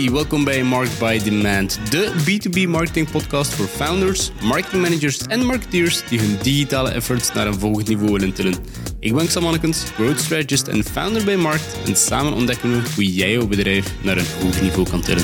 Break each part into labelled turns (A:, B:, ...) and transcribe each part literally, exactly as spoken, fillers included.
A: Hey, welkom bij Market by Demand, de B twee B marketing podcast voor founders, marketing managers en marketeers die hun digitale efforts naar een volgend niveau willen tillen. Ik ben Sam Mannekens, growth strategist en founder bij Markt en samen ontdekken we hoe jij jouw bedrijf naar een hoog niveau kan tillen.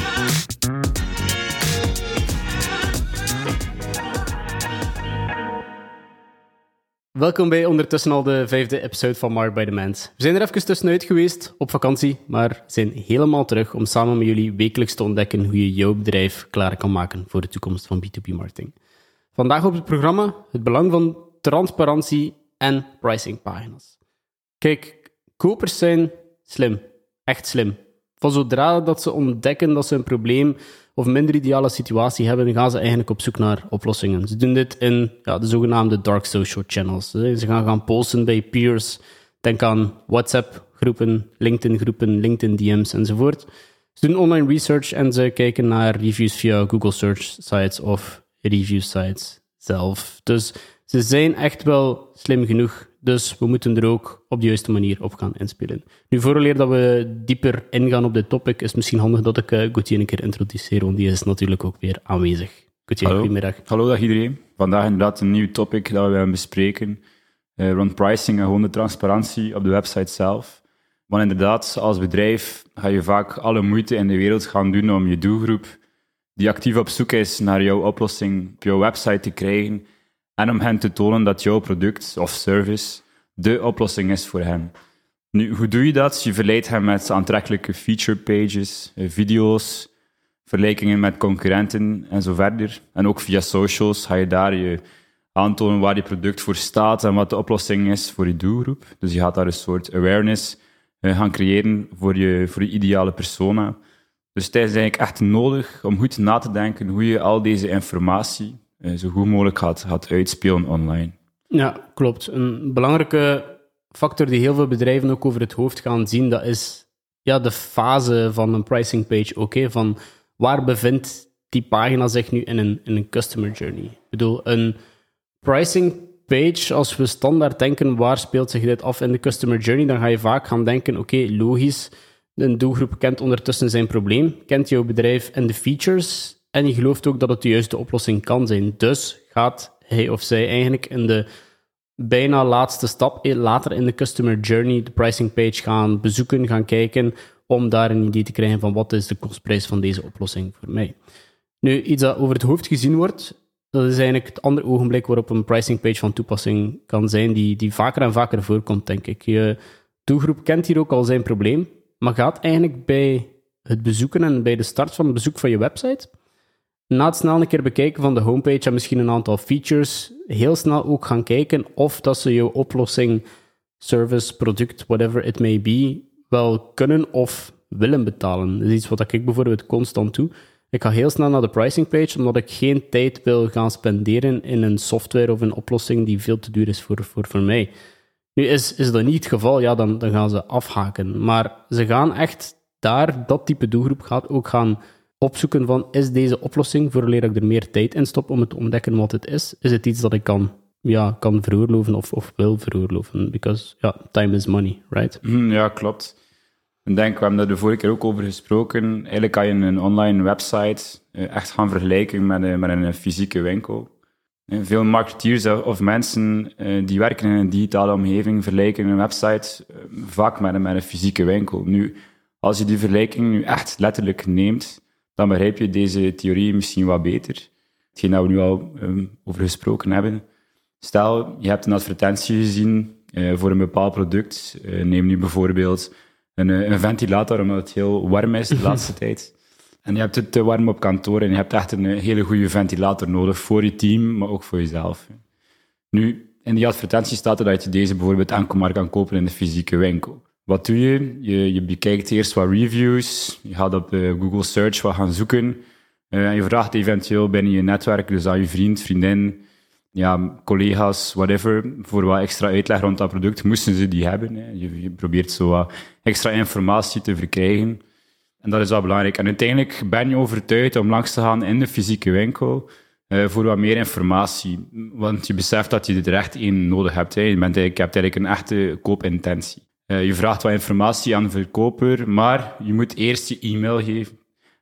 A: Welkom bij ondertussen al de vijfde episode van Market by Demand. We zijn er even tussenuit geweest, op vakantie, maar zijn helemaal terug om samen met jullie wekelijks te ontdekken hoe je jouw bedrijf klaar kan maken voor de toekomst van B twee B marketing. Vandaag op het programma het belang van transparantie en pricingpagina's. Kijk, kopers zijn slim, echt slim. Van zodra dat ze ontdekken dat ze een probleem of een minder ideale situatie hebben, gaan ze eigenlijk op zoek naar oplossingen. Ze doen dit in ja, de zogenaamde dark social channels. Ze gaan gaan posten bij peers. Denk aan WhatsApp-groepen, LinkedIn-groepen, LinkedIn-D M's enzovoort. Ze doen online research en ze kijken naar reviews via Google Search sites of review sites zelf. Dus ze zijn echt wel slim genoeg. Dus we moeten er ook op de juiste manier op gaan inspelen. Nu, vooraleer dat we dieper ingaan op dit topic, is het misschien handig dat ik uh, Gauthier een keer introduceer, want die is natuurlijk ook weer aanwezig. Gauthier,
B: Hallo.
A: goedemiddag.
B: Hallo, dag iedereen. Vandaag inderdaad een nieuw topic dat we willen bespreken uh, rond pricing en gewoon de transparantie op de website zelf. Want inderdaad, als bedrijf ga je vaak alle moeite in de wereld gaan doen om je doelgroep die actief op zoek is naar jouw oplossing op jouw website te krijgen en om hen te tonen dat jouw product of service de oplossing is voor hen. Nu, hoe doe je dat? Je verleidt hen met aantrekkelijke feature pages, video's, vergelijkingen met concurrenten en zo verder. En ook via socials ga je daar je aantonen waar je product voor staat en wat de oplossing is voor je doelgroep. Dus je gaat daar een soort awareness gaan creëren voor je, voor je ideale persona. Dus het is eigenlijk echt nodig om goed na te denken hoe je al deze informatie zo goed mogelijk gaat, gaat uitspelen online.
A: Ja, klopt. Een belangrijke factor die heel veel bedrijven ook over het hoofd gaan zien, dat is ja, de fase van een pricing page ook. Hè, van waar bevindt die pagina zich nu in een, in een customer journey? Ik bedoel, een pricing page, als we standaard denken, waar speelt zich dit af in de customer journey, dan ga je vaak gaan denken, oké, okay, logisch, een doelgroep kent ondertussen zijn probleem, kent jouw bedrijf en de features, en je gelooft ook dat het de juiste oplossing kan zijn. Dus gaat hij of zij eigenlijk in de bijna laatste stap, later in de customer journey, de pricing page gaan bezoeken, gaan kijken, om daar een idee te krijgen van wat is de kostprijs van deze oplossing voor mij. Nu, iets dat over het hoofd gezien wordt, dat is eigenlijk het andere ogenblik waarop een pricing page van toepassing kan zijn, die, die vaker en vaker voorkomt, denk ik. Je doelgroep kent hier ook al zijn probleem, maar gaat eigenlijk bij het bezoeken en bij de start van het bezoek van je website, na het snel een keer bekijken van de homepage en misschien een aantal features, heel snel ook gaan kijken of dat ze jouw oplossing, service, product, whatever it may be, wel kunnen of willen betalen. Dat is iets wat ik bijvoorbeeld constant doe. Ik ga heel snel naar de pricing page, omdat ik geen tijd wil gaan spenderen in een software of een oplossing die veel te duur is voor, voor, voor mij. Nu, is, is dat niet het geval, ja, dan, dan gaan ze afhaken. Maar ze gaan echt daar, dat type doelgroep gaat ook gaan opzoeken van, is deze oplossing, vooraleer ik er meer tijd in stop om het te ontdekken wat het is, is het iets dat ik kan, ja, kan veroorloven of, of wil veroorloven? Because, ja, time is money, right?
B: Ja, klopt. Ik denk, we hebben daar de vorige keer ook over gesproken. Eigenlijk kan je een online website echt gaan vergelijken met een, met een fysieke winkel. Veel marketeers of mensen die werken in een digitale omgeving vergelijken een website vaak met een, met een fysieke winkel. Nu, als je die vergelijking nu echt letterlijk neemt, dan begrijp je deze theorie misschien wat beter. Hetgeen dat we nu al um, over gesproken hebben. Stel, je hebt een advertentie gezien uh, voor een bepaald product. Uh, neem nu bijvoorbeeld een, een ventilator, omdat het heel warm is de laatste tijd. En je hebt het te warm op kantoor en je hebt echt een hele goede ventilator nodig voor je team, maar ook voor jezelf. Nu, in die advertentie staat er dat je deze bijvoorbeeld enkel maar kan kopen in de fysieke winkel. Wat doe je? Je, je bekijkt eerst wat reviews, je gaat op uh, Google Search wat gaan zoeken uh, en je vraagt eventueel binnen je netwerk, dus aan je vriend, vriendin, ja, collega's, whatever, voor wat extra uitleg rond dat product, moesten ze die hebben. Hè. Je, je probeert zo wat extra informatie te verkrijgen. En dat is wel belangrijk. En uiteindelijk ben je overtuigd om langs te gaan in de fysieke winkel uh, voor wat meer informatie. Want je beseft dat je er echt één nodig hebt. Hè. Je, bent eigenlijk, je hebt eigenlijk een echte koopintentie. Uh, je vraagt wat informatie aan de verkoper, maar je moet eerst je e-mail geven.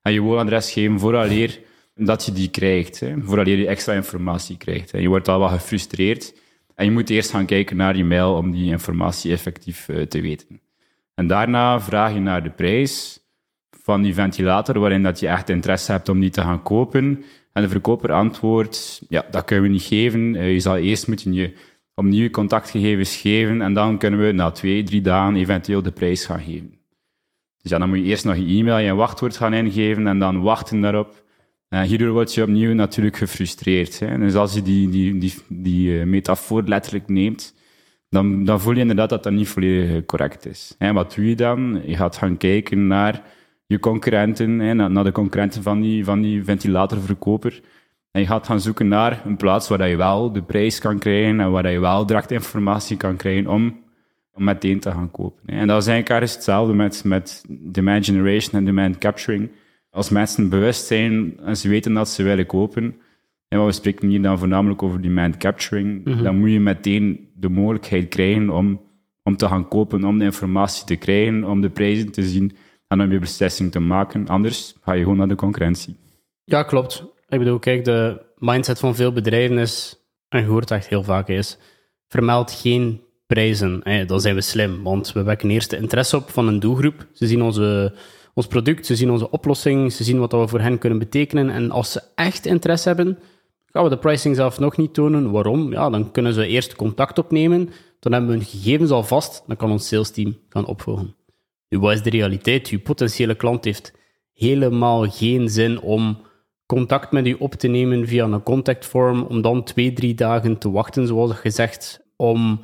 B: en je woonadres geven vooraleer dat je die krijgt, hè, vooraleer je extra informatie krijgt. Hè. Je wordt al wat gefrustreerd en je moet eerst gaan kijken naar je mail om die informatie effectief uh, te weten. En daarna vraag je naar de prijs van die ventilator, waarin dat je echt interesse hebt om die te gaan kopen. En de verkoper antwoordt, ja, dat kunnen we niet geven. Uh, je zal eerst moeten je opnieuw contactgegevens geven en dan kunnen we na twee, drie dagen eventueel de prijs gaan geven. Dus ja, dan moet je eerst nog je e-mail en je wachtwoord gaan ingeven en dan wachten daarop. En hierdoor word je opnieuw natuurlijk gefrustreerd. Hè. Dus als je die, die, die, die uh, metafoor letterlijk neemt, dan, dan voel je inderdaad dat dat niet volledig correct is. En wat doe je dan? Je gaat gaan kijken naar je concurrenten, hè, naar de concurrenten van die, van die ventilatorverkoper. En je gaat gaan zoeken naar een plaats waar je wel de prijs kan krijgen en waar je wel direct informatie kan krijgen om, om meteen te gaan kopen. Hè. En dat is eigenlijk ergens hetzelfde met, met demand generation en demand capturing. Als mensen bewust zijn en ze weten dat ze willen kopen, en we spreken hier dan voornamelijk over demand capturing, mm-hmm. dan moet je meteen de mogelijkheid krijgen om, om te gaan kopen, om de informatie te krijgen, om de prijzen te zien en om je beslissing te maken. Anders ga je gewoon naar de concurrentie.
A: Ja, klopt. Ik bedoel, kijk, de mindset van veel bedrijven is, en je hoort het echt heel vaak, is, vermeld geen prijzen. Eh, dan zijn we slim, want we wekken eerst de interesse op van een doelgroep. Ze zien onze... ons product, ze zien onze oplossing, ze zien wat we voor hen kunnen betekenen. En als ze echt interesse hebben, gaan we de pricing zelf nog niet tonen. Waarom? Ja, dan kunnen ze eerst contact opnemen, dan hebben we hun gegevens al vast, dan kan ons salesteam gaan opvolgen. Nu, wat is de realiteit? Uw potentiële klant heeft helemaal geen zin om contact met u op te nemen via een contactform, om dan twee, drie dagen te wachten, zoals gezegd, om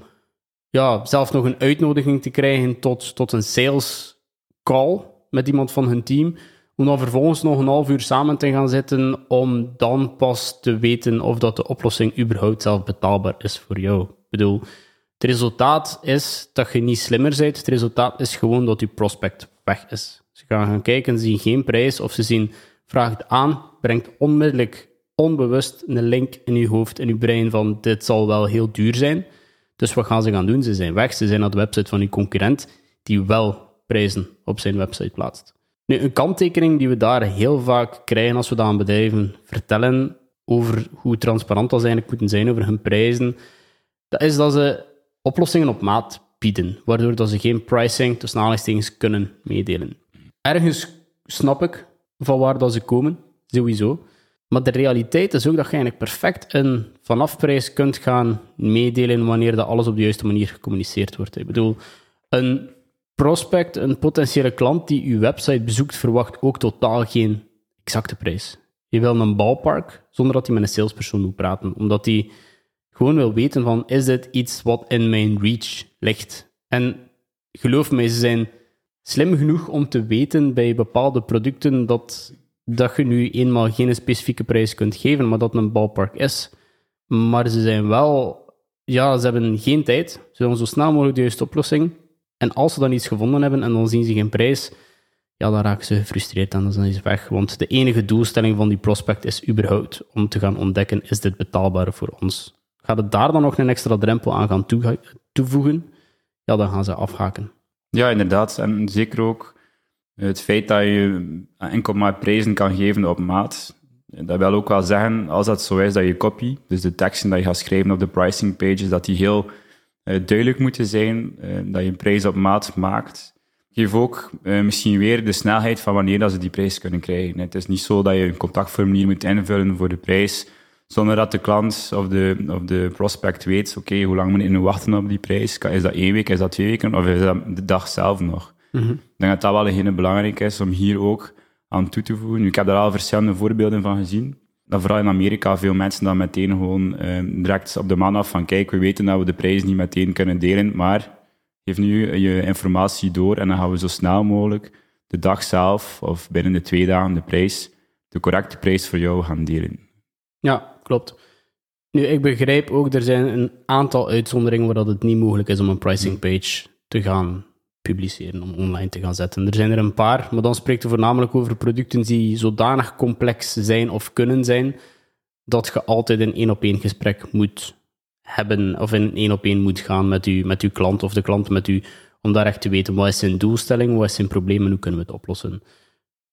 A: ja, zelf nog een uitnodiging te krijgen tot, tot een sales call met iemand van hun team, om dan vervolgens nog een half uur samen te gaan zitten, om dan pas te weten of dat de oplossing überhaupt zelf betaalbaar is voor jou. Ik bedoel, het resultaat is dat je niet slimmer bent, het resultaat is gewoon dat je prospect weg is. Ze gaan gaan kijken, ze zien geen prijs, of ze zien, vraag het aan, brengt onmiddellijk onbewust een link in je hoofd, in je brein van, dit zal wel heel duur zijn. Dus wat gaan ze gaan doen? Ze zijn weg, ze zijn naar de website van je concurrent, die wel prijzen op zijn website plaatst. Nu, een kanttekening die we daar heel vaak krijgen als we dat aan bedrijven vertellen over hoe transparant dat ze eigenlijk moeten zijn over hun prijzen, dat is dat ze oplossingen op maat bieden, waardoor dat ze geen pricing tussen aanhalingstekens kunnen meedelen. Ergens snap ik van waar dat ze komen, sowieso. Maar de realiteit is ook dat je eigenlijk perfect een vanafprijs kunt gaan meedelen wanneer dat alles op de juiste manier gecommuniceerd wordt. Ik bedoel, een prospect, een potentiële klant die uw website bezoekt, verwacht ook totaal geen exacte prijs. Je wil een ballpark, zonder dat hij met een salespersoon moet praten. Omdat hij gewoon wil weten van, is dit iets wat in mijn reach ligt? En geloof mij, ze zijn slim genoeg om te weten bij bepaalde producten dat, dat je nu eenmaal geen specifieke prijs kunt geven, maar dat het een ballpark is. Maar ze zijn wel... Ja, ze hebben geen tijd. Ze willen zo snel mogelijk de juiste oplossing. En als ze dan iets gevonden hebben en dan zien ze geen prijs, ja, dan raken ze gefrustreerd en dan zijn ze weg. Want de enige doelstelling van die prospect is überhaupt om te gaan ontdekken, is dit betaalbaar voor ons? Gaat het daar dan nog een extra drempel aan gaan toe- toevoegen? Ja, dan gaan ze afhaken.
B: Ja, inderdaad. En zeker ook het feit dat je enkel maar prijzen kan geven op maat. Dat wil ook wel zeggen, als dat zo is, dat je copy, dus de teksten die je gaat schrijven op de pricing pages, dat die heel uh, duidelijk moeten zijn, uh, dat je een prijs op maat maakt. Geef ook uh, misschien weer de snelheid van wanneer dat ze die prijs kunnen krijgen. Het is niet zo dat je een contactformulier moet invullen voor de prijs, zonder dat de klant of de, of de prospect weet, oké, okay, hoe lang moet ik nu wachten op die prijs? Is dat één week, is dat twee weken, of is dat de dag zelf nog? Mm-hmm. Ik denk dat dat wel heel belangrijk is om hier ook aan toe te voegen. Nu, ik heb daar al verschillende voorbeelden van gezien. Dat vooral in Amerika veel mensen dan meteen gewoon eh, direct op de man af van kijk, we weten dat we de prijs niet meteen kunnen delen, maar geef nu je informatie door en dan gaan we zo snel mogelijk de dag zelf of binnen de twee dagen de prijs, de correcte prijs voor jou gaan delen.
A: Ja, klopt. Nu, ik begrijp ook, er zijn een aantal uitzonderingen waar dat het niet mogelijk is om een pricing page te gaan publiceren, om online te gaan zetten. Er zijn er een paar, maar dan spreekt het voornamelijk over producten die zodanig complex zijn of kunnen zijn, dat je altijd een één-op-één gesprek moet hebben, of in één-op-één moet gaan met je met uw klant, of de klant met u, om daar echt te weten, wat is zijn doelstelling, wat is zijn probleem en hoe kunnen we het oplossen.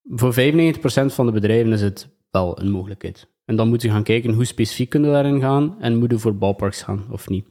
A: Voor vijfennegentig procent van de bedrijven is het wel een mogelijkheid. En dan moet je gaan kijken hoe specifiek kunnen we daarin gaan en moeten we voor ballparks gaan of niet.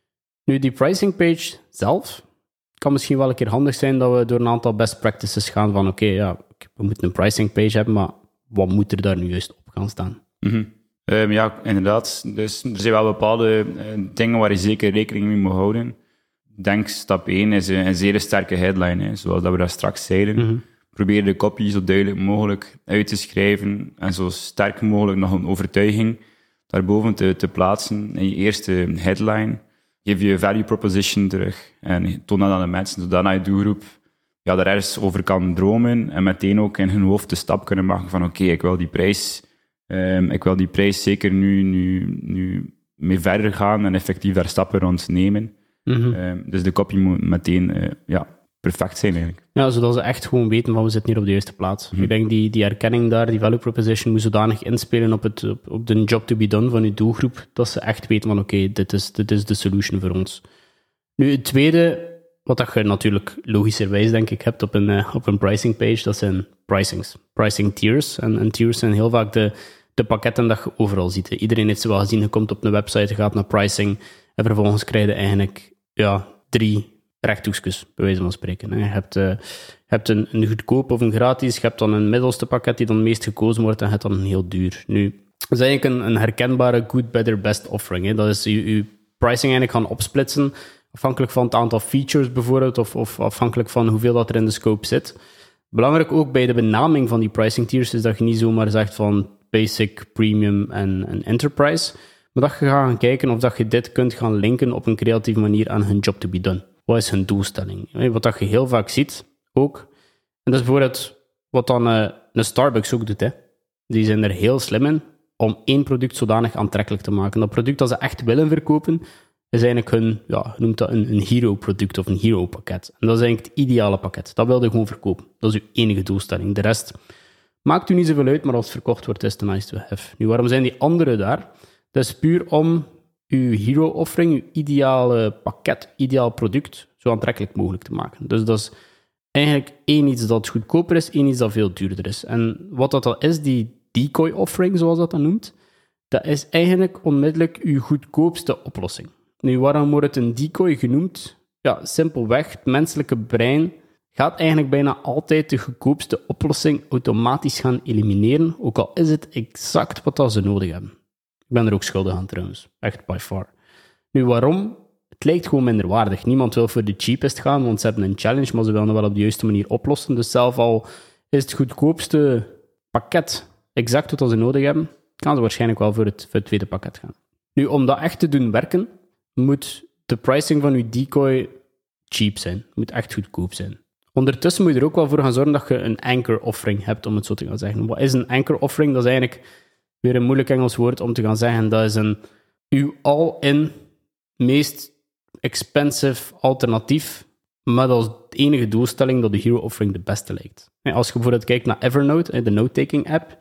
A: Nu, die pricing page zelf kan misschien wel een keer handig zijn dat we door een aantal best practices gaan van oké, okay, ja, we moeten een pricing page hebben, maar wat moet er daar nu juist op gaan staan?
B: Mm-hmm. Um, ja, inderdaad. Dus er zijn wel bepaalde uh, dingen waar je zeker rekening mee moet houden. Ik denk stap één is een, een zeer sterke headline, hè, zoals dat we daar straks zeiden. Mm-hmm. Probeer de copy zo duidelijk mogelijk uit te schrijven en zo sterk mogelijk nog een overtuiging daarboven te, te plaatsen in je eerste headline. Geef je value proposition terug en toon dat aan de mensen, zodat je doelgroep ja, daar ergens over kan dromen en meteen ook in hun hoofd de stap kunnen maken van oké, okay, ik wil die prijs, um, ik wil die prijs zeker nu, nu, nu mee verder gaan en effectief daar stappen rond nemen. Mm-hmm. Um, dus de copy moet meteen uh, ja, perfect zijn eigenlijk.
A: Ja, zodat ze echt gewoon weten van we zitten hier op de juiste plaats. Mm-hmm. Ik denk die, die herkenning daar, die value proposition, moet zodanig inspelen op, het, op, op de job to be done van je doelgroep, dat ze echt weten van oké, okay, dit is, dit is de solution voor ons. Nu, het tweede, wat dat je natuurlijk logischerwijs denk ik hebt op een, uh, op een pricing page, dat zijn pricings. Pricing tiers. En, en tiers zijn heel vaak de, de pakketten dat je overal ziet. Iedereen heeft ze wel gezien, je komt op een website, je gaat naar pricing en vervolgens krijg je eigenlijk ja, drie rechthoekjes, bij wijze van spreken. Je hebt, uh, je hebt een, een goedkoop of een gratis, je hebt dan een middelste pakket die dan het meest gekozen wordt en je hebt dan een heel duur. Nu, dat is eigenlijk een, een herkenbare good, better, best offering. Hè. Dat is je, je pricing eigenlijk gaan opsplitsen, afhankelijk van het aantal features bijvoorbeeld, of, of afhankelijk van hoeveel dat er in de scope zit. Belangrijk ook bij de benaming van die pricing tiers is dat je niet zomaar zegt van basic, premium en, en enterprise, maar dat je gaat gaan kijken of dat je dit kunt gaan linken op een creatieve manier aan hun job to be done. Wat is hun doelstelling? Wat dat je heel vaak ziet, ook. En dat is bijvoorbeeld wat dan uh, een Starbucks ook doet. Hè. Die zijn er heel slim in om één product zodanig aantrekkelijk te maken. Dat product dat ze echt willen verkopen, is eigenlijk hun, ja, noemt dat een, een hero-product of een hero-pakket. En dat is eigenlijk het ideale pakket. Dat wil je gewoon verkopen. Dat is je enige doelstelling. De rest maakt u niet zoveel uit, maar als het verkocht wordt, is het nice to have. Nu, waarom zijn die anderen daar? Dat is puur om uw hero-offering, uw ideale pakket, ideaal product, zo aantrekkelijk mogelijk te maken. Dus dat is eigenlijk één iets dat goedkoper is, één iets dat veel duurder is. En wat dat, dat is, die decoy-offering, zoals dat dan noemt, dat is eigenlijk onmiddellijk uw goedkoopste oplossing. Nu, waarom wordt het een decoy genoemd? Ja, simpelweg, het menselijke brein gaat eigenlijk bijna altijd de goedkoopste oplossing automatisch gaan elimineren, ook al is het exact wat dat ze nodig hebben. Ik ben er ook schuldig aan trouwens. Echt by far. Nu, waarom? Het lijkt gewoon minder waardig. Niemand wil voor de cheapest gaan, want ze hebben een challenge, maar ze willen het wel op de juiste manier oplossen. Dus zelf al is het goedkoopste pakket exact wat ze nodig hebben, gaan ze waarschijnlijk wel voor het, voor het tweede pakket gaan. Nu, om dat echt te doen werken, moet de pricing van je decoy cheap zijn. Het moet echt goedkoop zijn. Ondertussen moet je er ook wel voor gaan zorgen dat je een anchor offering hebt, om het zo te gaan zeggen. Wat is een anchor offering? Dat is eigenlijk weer een moeilijk Engels woord om te gaan zeggen. Dat is een uw all-in, meest expensive alternatief, maar dat is de enige doelstelling dat de hero offering de beste lijkt. Als je bijvoorbeeld kijkt naar Evernote, de note-taking app,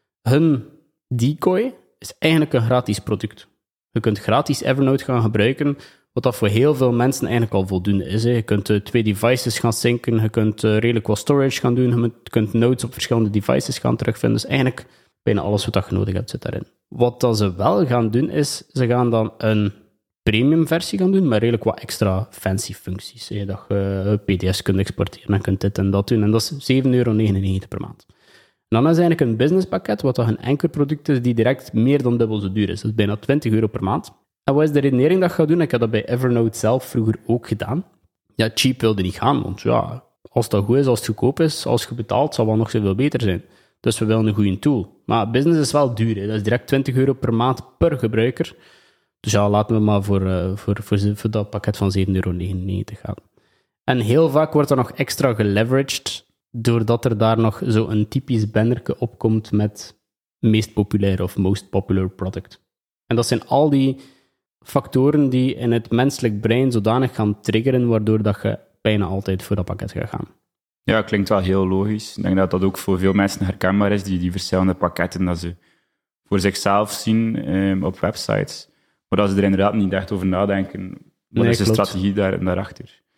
A: hun decoy is eigenlijk een gratis product. Je kunt gratis Evernote gaan gebruiken, wat dat voor heel veel mensen eigenlijk al voldoende is. Je kunt twee devices gaan synken, je kunt redelijk wat storage gaan doen, je kunt notes op verschillende devices gaan terugvinden. Dus eigenlijk bijna alles wat je nodig hebt zit daarin. Wat dat ze wel gaan doen, is ze gaan dan een premium versie gaan doen, met redelijk wat extra fancy functies. Hè, dat je P D F's kunt exporteren en kunt dit en dat doen. En dat is zeven euro negenennegentig per maand. En dan is eigenlijk een businesspakket, wat dat een enkel product is, die direct meer dan dubbel zo duur is. Dat is bijna twintig euro per maand. En wat is de redenering dat je gaat doen? Ik heb dat bij Evernote zelf vroeger ook gedaan. Ja, cheap wilde niet gaan, want ja, als dat goed is, als het goedkoop is, als je betaalt, zal wel nog zoveel beter zijn. Dus we willen een goede tool. Maar business is wel duur. Hè. Dat is direct twintig euro per maand per gebruiker. Dus ja, laten we maar voor, uh, voor, voor, voor dat pakket van zeven euro negenennegentig gaan. En heel vaak wordt er nog extra geleveraged, doordat er daar nog zo'n typisch bannerke opkomt met meest populair of most popular product. En dat zijn al die factoren die in het menselijk brein zodanig gaan triggeren, waardoor dat je bijna altijd voor dat pakket gaat gaan.
B: Ja, klinkt wel heel logisch. Ik denk dat dat ook voor veel mensen herkenbaar is, die, die verschillende pakketten dat ze voor zichzelf zien eh, op websites. Maar dat ze er inderdaad niet echt over nadenken. Wat nee, is de klopt. strategie daar, daarachter?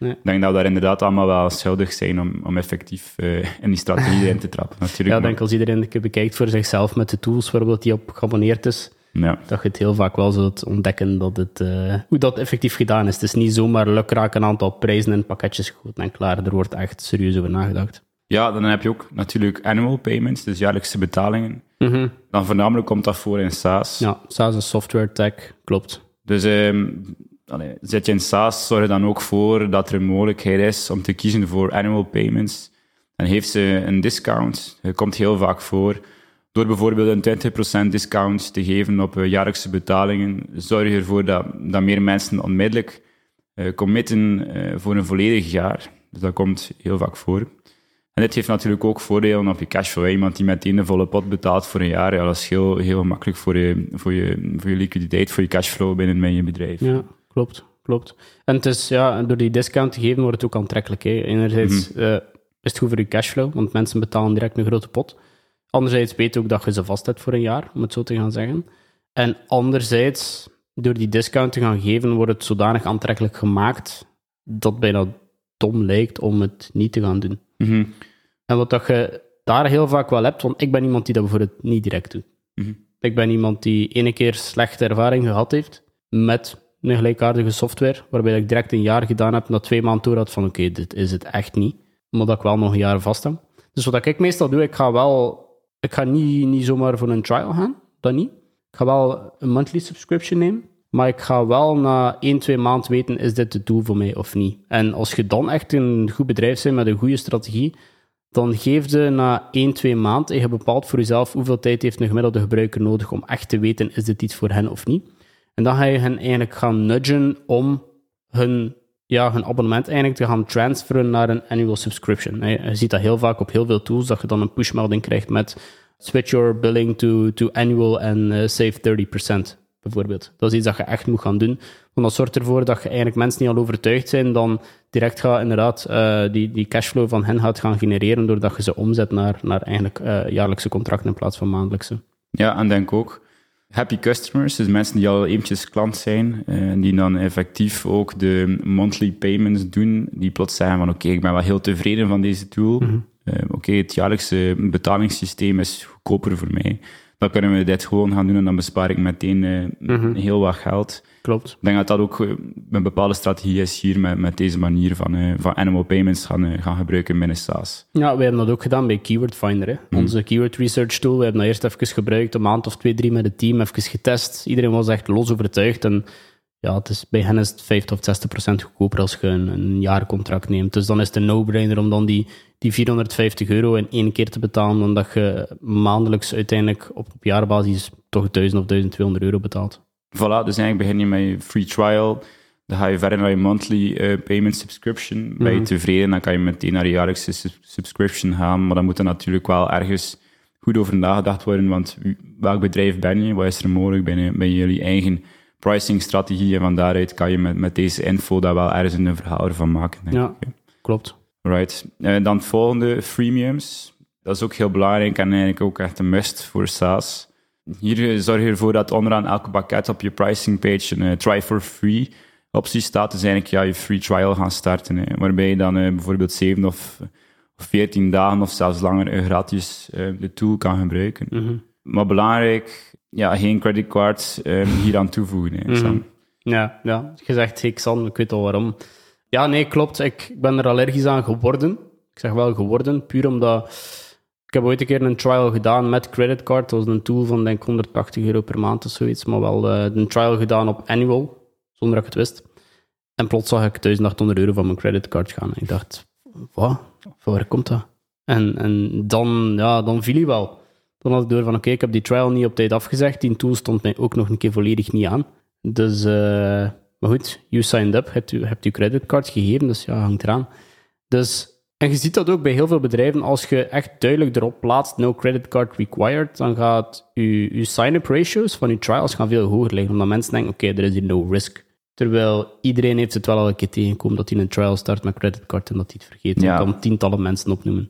A: Nee.
B: Ik denk dat we daar inderdaad allemaal wel schuldig zijn om, om effectief uh, in die strategie in te trappen. Natuurlijk,
A: ja, ik
B: maar...
A: denk als iedereen een keer bekijkt voor zichzelf met de tools waarop hij op geabonneerd is,
B: ja.
A: dat je het heel vaak wel zult ontdekken dat het, uh, hoe dat effectief gedaan is. Het is niet zomaar lukraak een aantal prijzen in pakketjes gegoten en klaar. Er wordt echt serieus over nagedacht.
B: Ja, dan heb je ook natuurlijk annual payments, dus jaarlijkse betalingen.
A: Mm-hmm.
B: Dan voornamelijk komt dat voor in SaaS.
A: Ja, SaaS is software tech, klopt.
B: Dus um, allee, zit je in SaaS, zorg er dan ook voor dat er een mogelijkheid is om te kiezen voor annual payments. Dan heeft ze een discount. Dat komt heel vaak voor. Door bijvoorbeeld een twintig procent discount te geven op uh, jaarlijkse betalingen, zorg je ervoor dat, dat meer mensen onmiddellijk uh, committen uh, voor een volledig jaar. Dus dat komt heel vaak voor. En dit heeft natuurlijk ook voordelen op je cashflow. Iemand die meteen de volle pot betaalt voor een jaar, ja, dat is heel, heel gemakkelijk voor je, voor, je, voor je liquiditeit, voor je cashflow binnen, binnen je bedrijf.
A: Ja, klopt, klopt. En het is, ja, door die discount te geven wordt het ook aantrekkelijk. Hè. Enerzijds mm-hmm. uh, is het goed voor je cashflow, want mensen betalen direct een grote pot. Anderzijds weet je ook dat je ze vast hebt voor een jaar, om het zo te gaan zeggen. En anderzijds, door die discount te gaan geven, wordt het zodanig aantrekkelijk gemaakt dat bijna dom lijkt om het niet te gaan doen.
B: Mm-hmm.
A: En wat dat je daar heel vaak wel hebt, want ik ben iemand die dat bijvoorbeeld niet direct doet.
B: Mm-hmm.
A: Ik ben iemand die ene keer slechte ervaring gehad heeft met een gelijkaardige software, waarbij ik direct een jaar gedaan heb, na twee maanden door had van oké, okay, dit is het echt niet. Maar dat ik wel nog een jaar vast heb. Dus wat ik meestal doe, ik ga wel... Ik ga niet, niet zomaar voor een trial gaan, dat niet. Ik ga wel een monthly subscription nemen, maar ik ga wel na één, twee maanden weten, is dit de tool voor mij of niet. En als je dan echt een goed bedrijf bent met een goede strategie, dan geef je na één, twee maanden, je bepaalt voor jezelf hoeveel tijd heeft een gemiddelde gebruiker nodig om echt te weten, is dit iets voor hen of niet. En dan ga je hen eigenlijk gaan nudgen om hun, ja, hun abonnement eigenlijk te gaan transferen naar een annual subscription. Je ziet dat heel vaak op heel veel tools, dat je dan een pushmelding krijgt met switch your billing to, to annual en uh, save thirty percent, bijvoorbeeld. Dat is iets dat je echt moet gaan doen. Want dat zorgt ervoor dat je eigenlijk mensen die al overtuigd zijn, dan direct gaat inderdaad uh, die, die cashflow van hen gaat gaan genereren, doordat je ze omzet naar, naar eigenlijk uh, jaarlijkse contracten in plaats van maandelijkse.
B: Ja, en denk ook happy customers, dus mensen die al eventjes klant zijn, en die dan effectief ook de monthly payments doen, die plots zeggen van oké, okay, ik ben wel heel tevreden van deze tool. Mm-hmm. Uh, oké, okay, het jaarlijkse betalingssysteem is goedkoper voor mij. Dan kunnen we dit gewoon gaan doen en dan bespaar ik meteen uh, mm-hmm. heel wat geld. Klopt. Ik denk dat dat ook een bepaalde strategie is hier met, met deze manier van, uh, van annual payments gaan, uh, gaan gebruiken binnen SaaS.
A: Ja, wij hebben dat ook gedaan bij Keyword Finder. Hè. Mm. Onze keyword research tool, we hebben dat eerst even gebruikt, een maand of twee, drie met het team, even getest. Iedereen was echt los overtuigd en ja, het is, bij hen is het vijftig of zestig procent goedkoper als je een, een jaarcontract neemt. Dus dan is het een no-brainer om dan die, die vierhonderdvijftig euro in één keer te betalen, dan dat je maandelijks uiteindelijk op, op jaarbasis toch duizend of duizend tweehonderd euro betaalt.
B: Voilà, dus eigenlijk begin je met je free trial, dan ga je verder naar je monthly uh, payment subscription. Ben je mm-hmm. tevreden, dan kan je meteen naar je jaarlijkse subscription gaan, maar dan moet er natuurlijk wel ergens goed over nagedacht worden, want welk bedrijf ben je, wat is er mogelijk binnen, binnen jullie eigen pricing-strategie en van daaruit kan je met, met deze info daar wel ergens een verhaal ervan maken. Denk
A: ja,
B: ik.
A: klopt.
B: Right. Uh, dan het volgende, freemiums. Dat is ook heel belangrijk en eigenlijk ook echt een must voor SaaS. Hier zorg je ervoor dat onderaan elke pakket op je pricing page een uh, try for free optie staat. Dus eigenlijk ja, je free trial gaan starten, hè, waarbij je dan uh, bijvoorbeeld zeven of veertien dagen of zelfs langer uh, gratis uh, de tool kan gebruiken. Mm-hmm. Maar belangrijk, ja, geen creditcard um, hier aan toevoegen. Hè,
A: mm-hmm. Ja, ja, je zegt hey, Xan, ik weet al waarom. Ja, nee, klopt. Ik ben er allergisch aan geworden. Ik zeg wel geworden, puur omdat... Ik heb ooit een keer een trial gedaan met creditcard. Dat was een tool van, denk ik, honderdtachtig euro per maand of zoiets. Maar wel uh, een trial gedaan op annual, zonder dat ik het wist. En plots zag ik duizend achthonderd euro van mijn creditcard gaan. En ik dacht, wat? Van waar komt dat? En, en dan, ja, dan viel hij wel. Dan had ik door van, oké, okay, ik heb die trial niet op tijd afgezegd. Die tool stond mij ook nog een keer volledig niet aan. Dus, uh, maar goed, you signed up, hebt u, hebt uw creditcard gegeven, dus ja, hangt eraan. Dus, en je ziet dat ook bij heel veel bedrijven, als je echt duidelijk erop plaatst, no credit card required, dan gaat je, je sign-up ratios van je trials gaan veel hoger liggen, omdat mensen denken, oké, okay, er is hier no risk. Terwijl iedereen heeft het wel al een keer tegengekomen dat hij een trial start met creditcard en dat hij het vergeet. Ja. Ik kan tientallen mensen opnoemen.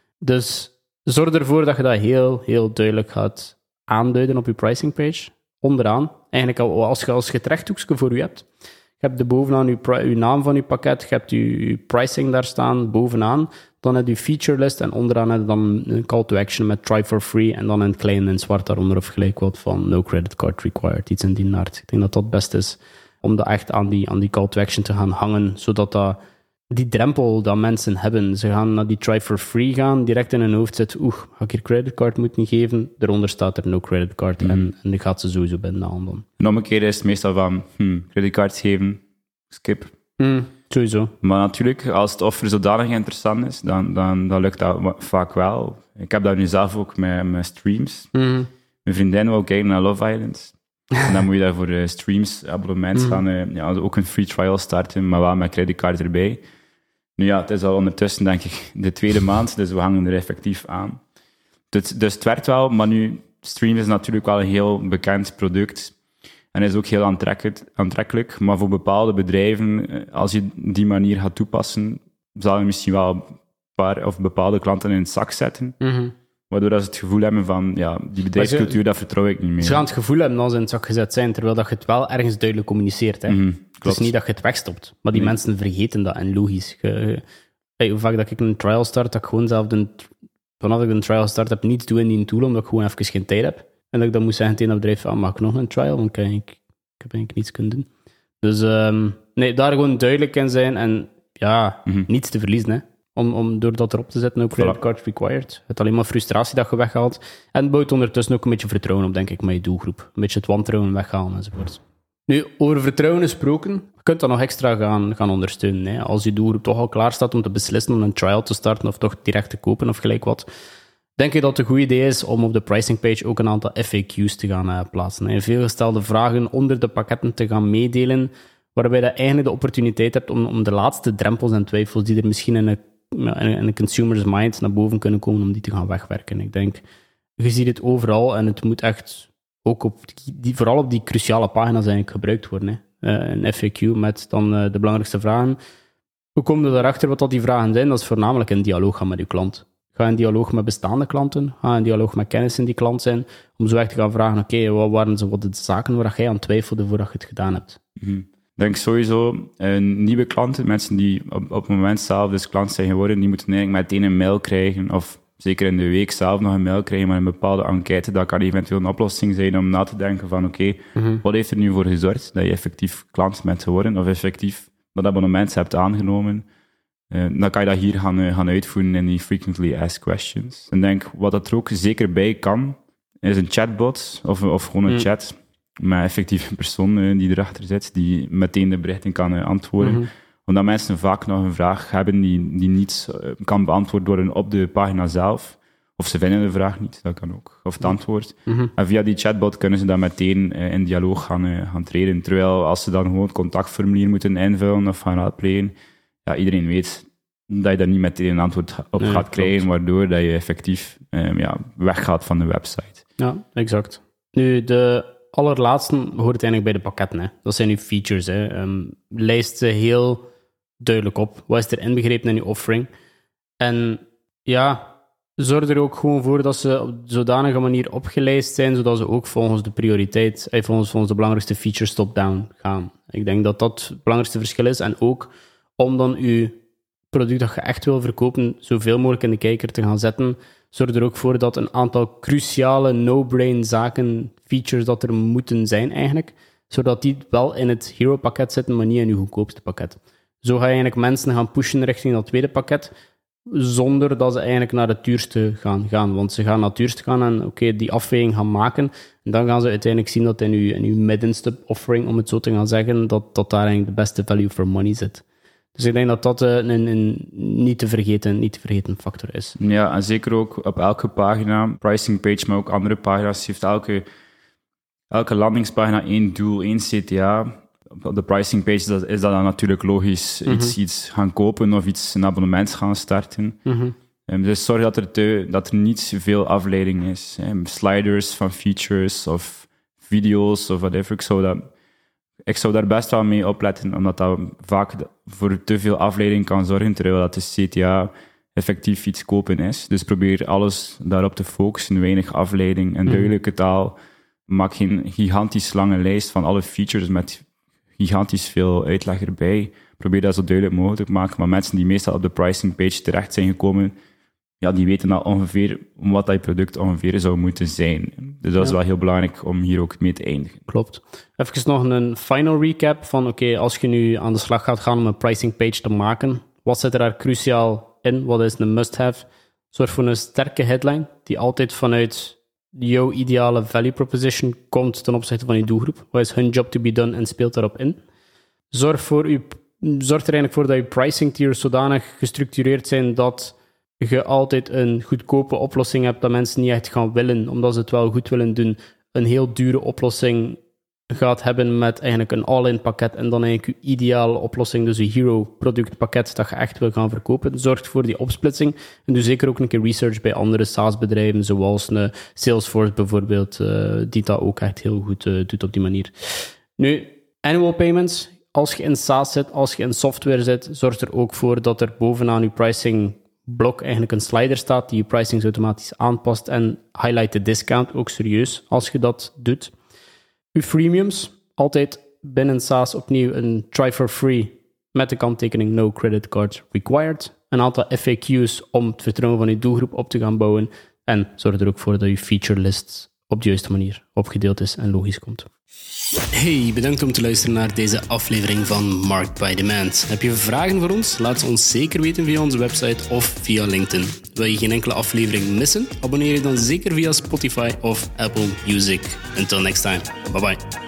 A: Dus zorg ervoor dat je dat heel, heel duidelijk gaat aanduiden op je pricing page. Onderaan. Eigenlijk al, als je als je het rechthoekje voor je hebt, Je hebt de bovenaan je, pri- je naam van je pakket, je hebt je, je pricing daar staan, bovenaan. Dan heb je feature list en onderaan heb je dan een call to action met try for free en dan in het klein in zwart daaronder of gelijk wat van no credit card required, iets in die naart. Ik denk dat dat het beste is om dat echt aan die, aan die call to action te gaan hangen, zodat dat, die drempel dat mensen hebben, ze gaan naar die try for free gaan, direct in hun hoofd zit, oeh, ga ik hier creditcard moeten geven? Daaronder staat er no credit card mm. en, en die gaat ze sowieso binnenhalen dan.
B: En omgekeerd is het meestal van, hm, creditcards geven, skip.
A: Mm, sowieso.
B: Maar natuurlijk, als het offer zodanig interessant is, dan, dan, dan lukt dat vaak wel. Ik heb dat nu zelf ook met, met streams.
A: Mm.
B: Mijn vriendin wou kijken naar Love Island. En dan moet je daar voor uh, streams, abonnement mm. gaan, uh, ja, ook een free trial starten, maar wel met creditcard erbij. Nu ja, het is al ondertussen, denk ik, de tweede maand, dus we hangen er effectief aan. Dus, dus het werkt wel, maar nu, streams is natuurlijk wel een heel bekend product. En is ook heel aantrekkelijk, aantrekkelijk. Maar voor bepaalde bedrijven, als je die manier gaat toepassen, zal je misschien wel een paar of bepaalde klanten in het zak zetten.
A: Mm-hmm.
B: Waardoor dat ze het gevoel hebben van, ja, die bedrijfscultuur, dat vertrouw ik niet meer.
A: Ze gaan het gevoel hebben dat ze in het zak gezet zijn, terwijl dat je het wel ergens duidelijk communiceert. Hè.
B: Mm-hmm,
A: het is niet dat je het wegstopt, maar die
B: nee. mensen
A: vergeten dat en logisch. Je, je, hey, hoe vaak dat ik een trial start, dat ik gewoon zelf de, vanaf ik een trial start heb, niets doe in die tool, omdat ik gewoon even geen tijd heb. En dat ik dan moet zeggen tegen dat bedrijf, ah, maak ik nog een trial, want ik, ik, ik heb eigenlijk niets kunnen doen. Dus um, nee, daar gewoon duidelijk in zijn en ja, mm-hmm. niets te verliezen, hè. Om, om door dat erop te zetten, ook credit card required. Het alleen maar frustratie dat je weghaalt. En het bouwt ondertussen ook een beetje vertrouwen op, denk ik, met je doelgroep. Een beetje het wantrouwen weghalen enzovoort. Nu, over vertrouwen gesproken, je kunt dat nog extra gaan, gaan ondersteunen. Hè. Als je doelgroep toch al klaar staat om te beslissen om een trial te starten of toch direct te kopen of gelijk wat, denk je dat het een goed idee is om op de pricing page ook een aantal F A Q's te gaan uh, plaatsen. Hè. Veel gestelde vragen onder de pakketten te gaan meedelen, waarbij je eigenlijk de opportuniteit hebt om, om de laatste drempels en twijfels die er misschien in een in een consumer's mind naar boven kunnen komen om die te gaan wegwerken. Ik denk, je ziet het overal en het moet echt ook op die, die, vooral op die cruciale pagina's eigenlijk gebruikt worden. Hè. Uh, een F A Q met dan uh, de belangrijkste vragen. Hoe kom je daarachter wat dat die vragen zijn? Dat is voornamelijk in dialoog gaan met je klant. Ga in dialoog met bestaande klanten, ga in dialoog met kennissen die klant zijn, om zo echt te gaan vragen, oké, okay, wat waren zo wat de zaken waar jij aan twijfelde voordat je het gedaan hebt?
B: Mm-hmm. Ik denk sowieso, uh, nieuwe klanten, mensen die op, op het moment zelf dus klant zijn geworden, die moeten eigenlijk meteen een mail krijgen, of zeker in de week zelf nog een mail krijgen met een bepaalde enquête. Dat kan eventueel een oplossing zijn om na te denken van, oké, okay, mm-hmm. wat heeft er nu voor gezorgd dat je effectief klant bent geworden, of effectief dat abonnement hebt aangenomen. Uh, dan kan je dat hier gaan, uh, gaan uitvoeren in die frequently asked questions. En denk, wat dat er ook zeker bij kan, is een chatbot, of, of gewoon een mm. chat, met effectief een persoon uh, die erachter zit, die meteen de berichten kan uh, antwoorden. Mm-hmm. Omdat mensen vaak nog een vraag hebben die, die niet uh, kan beantwoord worden op de pagina zelf. Of ze vinden de vraag niet, dat kan ook. Of het antwoord. Mm-hmm. En via die chatbot kunnen ze dan meteen uh, in dialoog gaan, uh, gaan treden. Terwijl als ze dan gewoon het contactformulier moeten invullen of gaan raadplegen, ja, iedereen weet dat je daar niet meteen een antwoord op nee, gaat krijgen, klopt. Waardoor dat je effectief um, ja, weggaat van de website.
A: Ja, exact. Nu, de allerlaatste hoort eigenlijk bij de pakketten. Hè. Dat zijn uw features. Hè. Um, lijst ze heel duidelijk op. Wat is er inbegrepen in je offering? En ja, zorg er ook gewoon voor dat ze op zodanige manier opgelijst zijn, zodat ze ook volgens de prioriteit, eh, volgens, volgens de belangrijkste features top-down gaan. Ik denk dat dat het belangrijkste verschil is. En ook om dan uw product dat je echt wil verkopen, zoveel mogelijk in de kijker te gaan zetten, zorg er ook voor dat een aantal cruciale no-brain zaken, features dat er moeten zijn eigenlijk, zodat die wel in het hero-pakket zitten, maar niet in uw goedkoopste pakket. Zo ga je eigenlijk mensen gaan pushen richting dat tweede pakket, zonder dat ze eigenlijk naar het duurste gaan gaan. Want ze gaan naar het duurste gaan en oké, okay, die afweging gaan maken. En dan gaan ze uiteindelijk zien dat in uw, in uw middenste offering, om het zo te gaan zeggen, dat, dat daar eigenlijk de beste value for money zit. Dus ik denk dat dat een, een, een niet, te vergeten, niet te vergeten factor is.
B: Ja, en zeker ook op elke pagina, pricing page, maar ook andere pagina's, heeft elke, elke landingspagina één doel, één C T A. Op de pricing page dat, is dat dan natuurlijk logisch mm-hmm. iets, iets gaan kopen of iets, een abonnement gaan starten. Mm-hmm. Um, dus zorg dat er, te, dat er niet veel afleiding is. Hè. Sliders van features of video's of whatever. Ik zou, dat, ik zou daar best wel mee opletten, omdat dat vaak voor te veel afleiding kan zorgen, terwijl dat de C T A effectief iets kopen is. Dus probeer alles daarop te focussen, weinig afleiding en duidelijke taal. Maak geen gigantisch lange lijst van alle features met gigantisch veel uitleg erbij. Probeer dat zo duidelijk mogelijk te maken. Maar mensen die meestal op de pricing page terecht zijn gekomen, ja, die weten al ongeveer wat dat product ongeveer zou moeten zijn. Dus dat is ja. wel heel belangrijk om hier ook mee te eindigen.
A: Klopt. Even nog een final recap van, oké, okay, als je nu aan de slag gaat gaan om een pricing page te maken, wat zit er daar cruciaal in? Wat is een must-have? Zorg voor een sterke headline, die altijd vanuit jouw ideale value proposition komt ten opzichte van je doelgroep. Wat is hun job to be done en speelt daarop in? Zorg, voor uw, zorg er eigenlijk voor dat je pricing tiers zodanig gestructureerd zijn dat je altijd een goedkope oplossing hebt dat mensen niet echt gaan willen, omdat ze het wel goed willen doen. Een heel dure oplossing gaat hebben met eigenlijk een all-in pakket en dan eigenlijk je ideale oplossing, dus een hero productpakket dat je echt wil gaan verkopen. Zorgt voor die opsplitsing en doe zeker ook een keer research bij andere SaaS-bedrijven, zoals een Salesforce bijvoorbeeld, uh, die dat ook echt heel goed uh, doet op die manier. Nu, annual payments, als je in SaaS zit, als je in software zit, zorg er ook voor dat er bovenaan je pricing blok eigenlijk een slider staat die je pricing automatisch aanpast en highlight de discount ook serieus als je dat doet. Uw freemiums, altijd binnen SaaS opnieuw een try for free met de kanttekening no credit card required. Een aantal F A Q's om het vertrouwen van je doelgroep op te gaan bouwen en zorg er ook voor dat je feature list op de juiste manier opgedeeld is en logisch komt. Hey, bedankt om te luisteren naar deze aflevering van Marked by Demand. Heb je vragen voor ons? Laat ze ons zeker weten via onze website of via LinkedIn. Wil je geen enkele aflevering missen? Abonneer je dan zeker via Spotify of Apple Music. Until next time, bye bye.